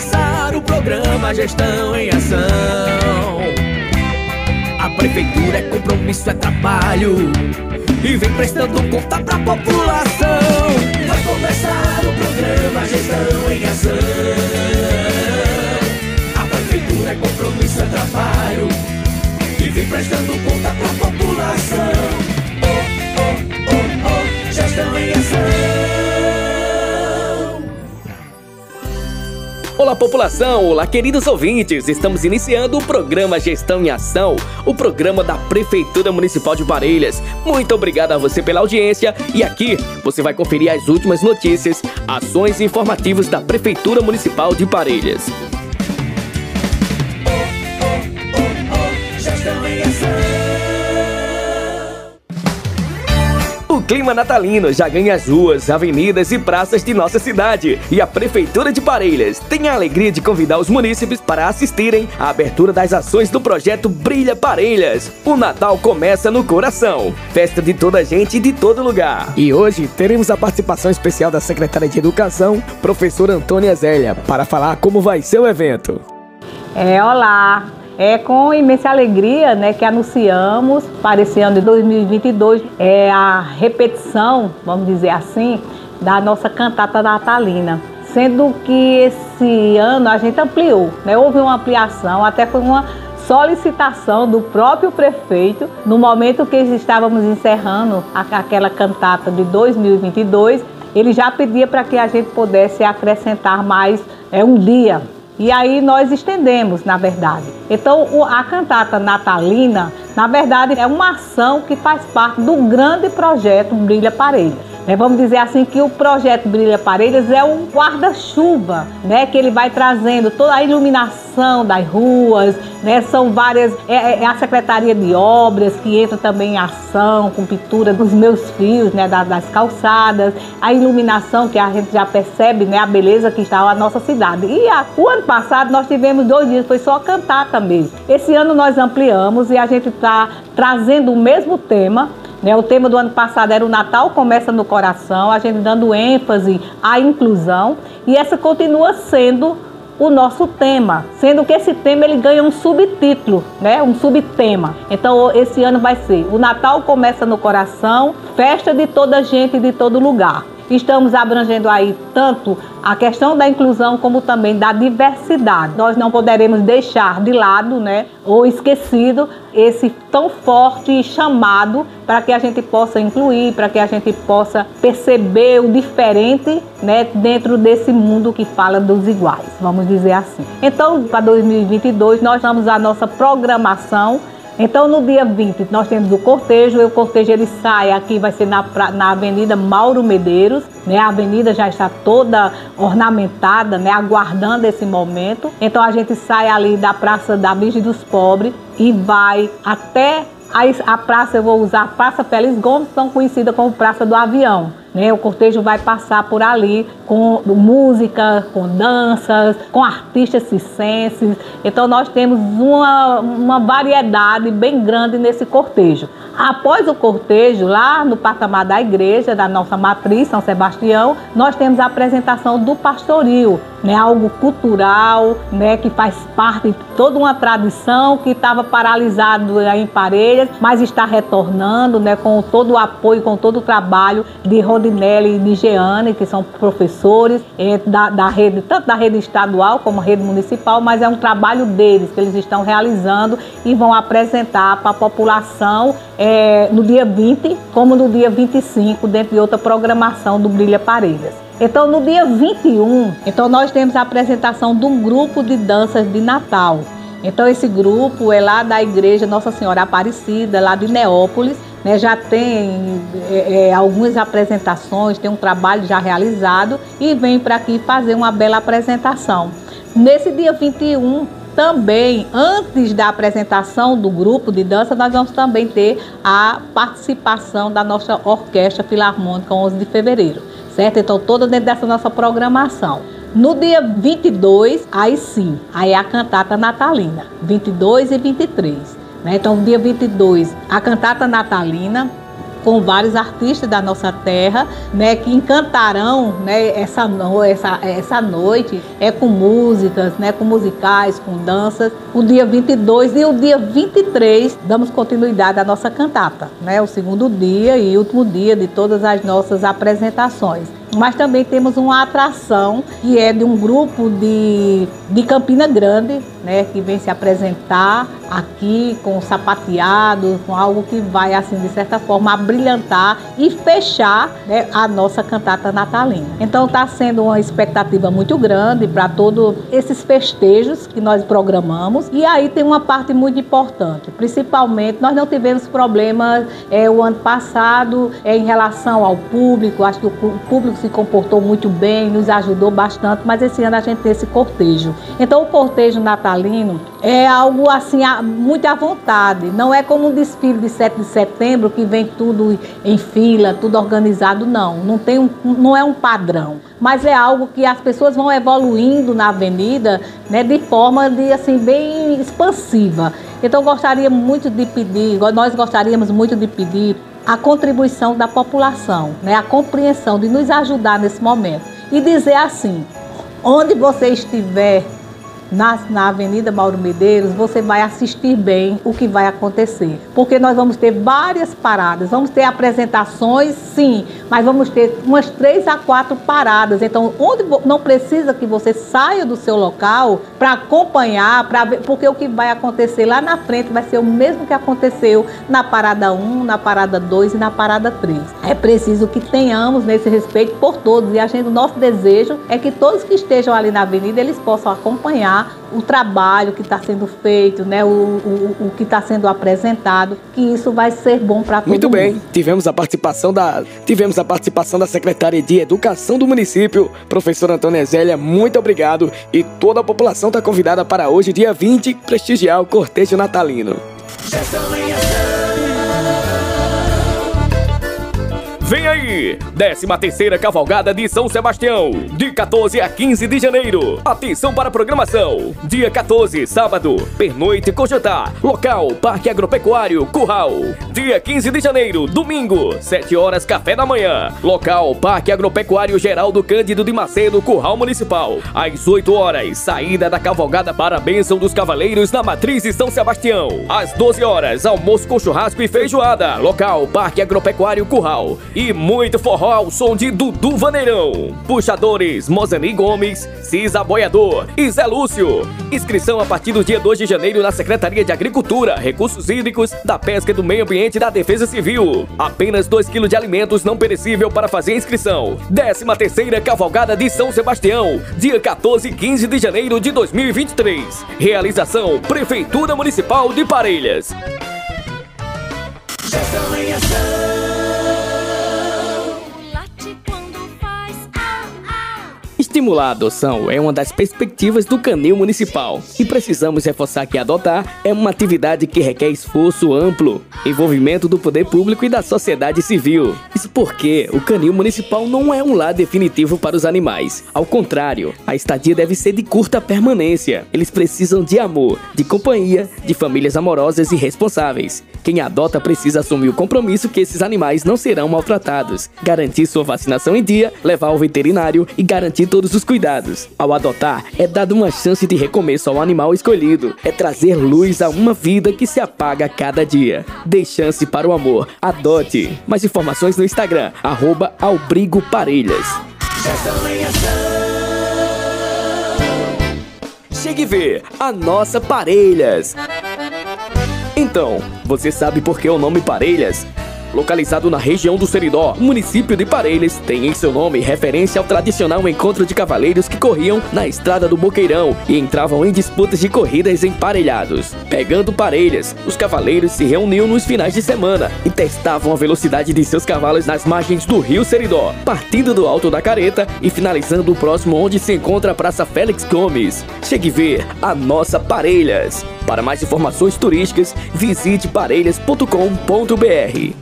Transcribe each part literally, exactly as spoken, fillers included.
começar o programa Gestão em Ação. A prefeitura é compromisso, é trabalho e vem prestando conta pra população. Vai começar o programa Gestão em Ação. A prefeitura é compromisso, é trabalho e vem prestando conta pra população. Oh, oh, oh, oh, Gestão em Ação. Olá, população! Olá, queridos ouvintes! Estamos iniciando o programa Gestão em Ação, o programa da Prefeitura Municipal de Parelhas. Muito obrigado a você pela audiência e aqui você vai conferir as últimas notícias, ações e informativos da Prefeitura Municipal de Parelhas. O clima natalino já ganha as ruas, avenidas e praças de nossa cidade. E a Prefeitura de Parelhas tem a alegria de convidar os munícipes para assistirem à abertura das ações do projeto Brilha Parelhas. O Natal começa no coração. Festa de toda gente e de todo lugar. E hoje teremos a participação especial da secretária de Educação, professora Antônia Zélia, para falar como vai ser o evento. É, olá! É com imensa alegria, né, que anunciamos para esse ano de dois mil e vinte e dois é a repetição, vamos dizer assim, da nossa cantata natalina. Sendo que esse ano a gente ampliou, né, houve uma ampliação, até foi uma solicitação do próprio prefeito, no momento que estávamos encerrando aquela cantata de dois mil e vinte e dois, ele já pedia para que a gente pudesse acrescentar mais é, um dia. E aí nós estendemos, na verdade. Então, a cantata natalina, na verdade, é uma ação que faz parte do grande projeto Brilha Parelhas. É, vamos dizer assim que o projeto Brilha Parelhas é um guarda-chuva, né, que ele vai trazendo toda a iluminação das ruas, né, são várias, é, é a Secretaria de Obras que entra também em ação com pintura dos meus fios, né, das, das calçadas, a iluminação que a gente já percebe, né, a beleza que está a nossa cidade. E a, o ano passado nós tivemos dois dias, foi só cantata mesmo. Esse ano nós ampliamos e a gente está trazendo o mesmo tema. O tema do ano passado era o Natal Começa no Coração, a gente dando ênfase à inclusão, e essa continua sendo o nosso tema, sendo que esse tema ele ganha um subtítulo, né? Um subtema. Então esse ano vai ser o Natal Começa no Coração, festa de toda gente e de todo lugar. Estamos abrangendo aí tanto a questão da inclusão como também da diversidade. Nós não poderemos deixar de lado, né, ou esquecido esse tão forte chamado para que a gente possa incluir, para que a gente possa perceber o diferente, né, dentro desse mundo que fala dos iguais, vamos dizer assim. Então, para dois mil e vinte e dois, nós temos a nossa programação. Então, no dia vinte, nós temos o cortejo, e o cortejo ele sai aqui, vai ser na, na Avenida Mauro Medeiros, né? A avenida já está toda ornamentada, né? Aguardando esse momento. Então, a gente sai ali da Praça da Virgem dos Pobres e vai até a, a praça, eu vou usar a Praça Félix Gomes, tão conhecida como Praça do Avião. Né, o cortejo vai passar por ali com música, com danças, com artistas circenses. Então nós temos uma, uma variedade bem grande nesse cortejo. Após o cortejo, lá no patamar da igreja, da nossa matriz, São Sebastião, nós temos a apresentação do pastoril, né, algo cultural, né, que faz parte de toda uma tradição que estava paralisado em Parelhas, mas está retornando, né, com todo o apoio, com todo o trabalho de Rodinelli e de Jeane, que são professores é, da, da rede, tanto da rede estadual como rede municipal, mas é um trabalho deles que eles estão realizando e vão apresentar para a população é, no dia vinte, como no dia vinte e cinco, dentro de outra programação do Brilha Parelhas. Então, no dia vinte e um, então, nós temos a apresentação de um grupo de danças de Natal. Então, esse grupo é lá da Igreja Nossa Senhora Aparecida, lá de Neópolis, né, já tem é, é, algumas apresentações, tem um trabalho já realizado e vem para aqui fazer uma bela apresentação. Nesse dia vinte e um, também, antes da apresentação do grupo de dança, nós vamos também ter a participação da nossa Orquestra Filarmônica onze de fevereiro, certo? Então, toda dentro dessa nossa programação. No dia vinte e dois, aí sim, aí é a cantata natalina, vinte e dois e vinte e três. Né? Então, dia vinte e dois, a cantata natalina, com vários artistas da nossa terra, né, que encantarão, né, essa, no, essa, essa noite, é com músicas, né, com musicais, com danças. O dia vinte e dois e o dia vinte e três damos continuidade à nossa cantata, né, o segundo dia e último dia de todas as nossas apresentações. Mas também temos uma atração que é de um grupo de, de Campina Grande, né, que vem se apresentar aqui com sapateado, com algo que vai, assim, de certa forma, abrilhantar e fechar, né, a nossa cantata natalina. Então está sendo uma expectativa muito grande para todos esses festejos que nós programamos. E aí tem uma parte muito importante, principalmente nós não tivemos problemas é, o ano passado é, em relação ao público. Acho que o público se comportou muito bem, nos ajudou bastante, mas esse ano a gente tem esse cortejo. Então o cortejo natalino é algo assim muito à vontade, não é como um desfile de sete de setembro que vem tudo em fila, tudo organizado, não, não, tem um, não é um padrão, mas é algo que as pessoas vão evoluindo na avenida, né, de forma de, assim, bem expansiva. Então gostaria muito de pedir, nós gostaríamos muito de pedir a contribuição da população, né, a compreensão de nos ajudar nesse momento e dizer assim, onde você estiver na, na Avenida Mauro Medeiros, você vai assistir bem o que vai acontecer, porque nós vamos ter várias paradas, vamos ter apresentações, sim, mas vamos ter umas três a quatro paradas. Então, onde não precisa que você saia do seu local para acompanhar, para ver, porque o que vai acontecer lá na frente vai ser o mesmo que aconteceu na parada um, na parada dois e na parada três. É preciso que tenhamos nesse respeito por todos, e a gente, o nosso desejo é que todos que estejam ali na avenida, eles possam acompanhar o trabalho que está sendo feito, né, o, o, o que está sendo apresentado, que isso vai ser bom para todo Muito mundo. Muito bem, tivemos a participação da tivemos a participação da Secretaria de Educação do município, professora Antônia Zélia, muito obrigado, e toda a população está convidada para hoje, dia vinte, prestigiar o cortejo natalino. Vem aí, décima terceira Cavalgada de São Sebastião, de quatorze a quinze de janeiro. Atenção para a programação. Dia quatorze, sábado, pernoite com jantar. Local, Parque Agropecuário, Curral. Dia quinze de janeiro, domingo, sete horas, café da manhã. Local, Parque Agropecuário Geraldo Cândido de Macedo, Curral Municipal. Às oito horas, saída da cavalgada para a Bênção dos Cavaleiros na Matriz de São Sebastião. Às doze horas, almoço com churrasco e feijoada. Local, Parque Agropecuário Curral. E muito forró ao som de Dudu Vaneirão. Puxadores Mozani Gomes, Cisa Boiador e Zé Lúcio. Inscrição a partir do dia dois de janeiro na Secretaria de Agricultura, Recursos Hídricos, da Pesca e do Meio Ambiente e da Defesa Civil. Apenas dois quilos de alimentos não perecível para fazer a inscrição. décima terceira Cavalgada de São Sebastião, dia quatorze e quinze de janeiro de dois mil e vinte e três. Realização Prefeitura Municipal de Parelhas. Gestão em ação. Estimular a adoção é uma das perspectivas do Canil Municipal e precisamos reforçar que adotar é uma atividade que requer esforço amplo, envolvimento do poder público e da sociedade civil. Isso porque o Canil Municipal não é um lar definitivo para os animais. Ao contrário, a estadia deve ser de curta permanência. Eles precisam de amor, de companhia, de famílias amorosas e responsáveis. Quem adota precisa assumir o compromisso que esses animais não serão maltratados, garantir sua vacinação em dia, levar ao veterinário e garantir todos os cuidados. Ao adotar, é dado uma chance de recomeço ao animal escolhido. É trazer luz a uma vida que se apaga a cada dia. Dê chance para o amor. Adote. Mais informações no Instagram, arroba Albrigo Parelhas. Chegue e vê a nossa Parelhas. Então, você sabe por que o nome Parelhas? Localizado na região do Seridó, o município de Parelhas tem em seu nome referência ao tradicional encontro de cavaleiros que corriam na estrada do Boqueirão e entravam em disputas de corridas emparelhados. Pegando parelhas, os cavaleiros se reuniam nos finais de semana e testavam a velocidade de seus cavalos nas margens do rio Seridó, partindo do Alto da Careta e finalizando o próximo onde se encontra a Praça Félix Gomes. Chegue ver a nossa Parelhas. Para mais informações turísticas, visite parelhas ponto com ponto br.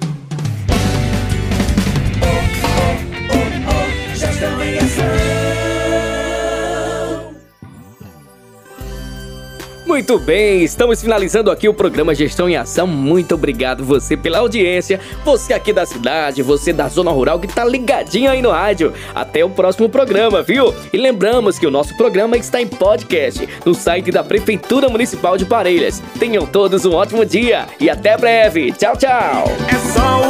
Muito bem, estamos finalizando aqui o programa Gestão em Ação. Muito obrigado você pela audiência, você aqui da cidade, você da zona rural que tá ligadinho aí no rádio. Até o próximo programa, viu? E lembramos que o nosso programa está em podcast no site da Prefeitura Municipal de Parelhas. Tenham todos um ótimo dia e até breve. Tchau, tchau. É só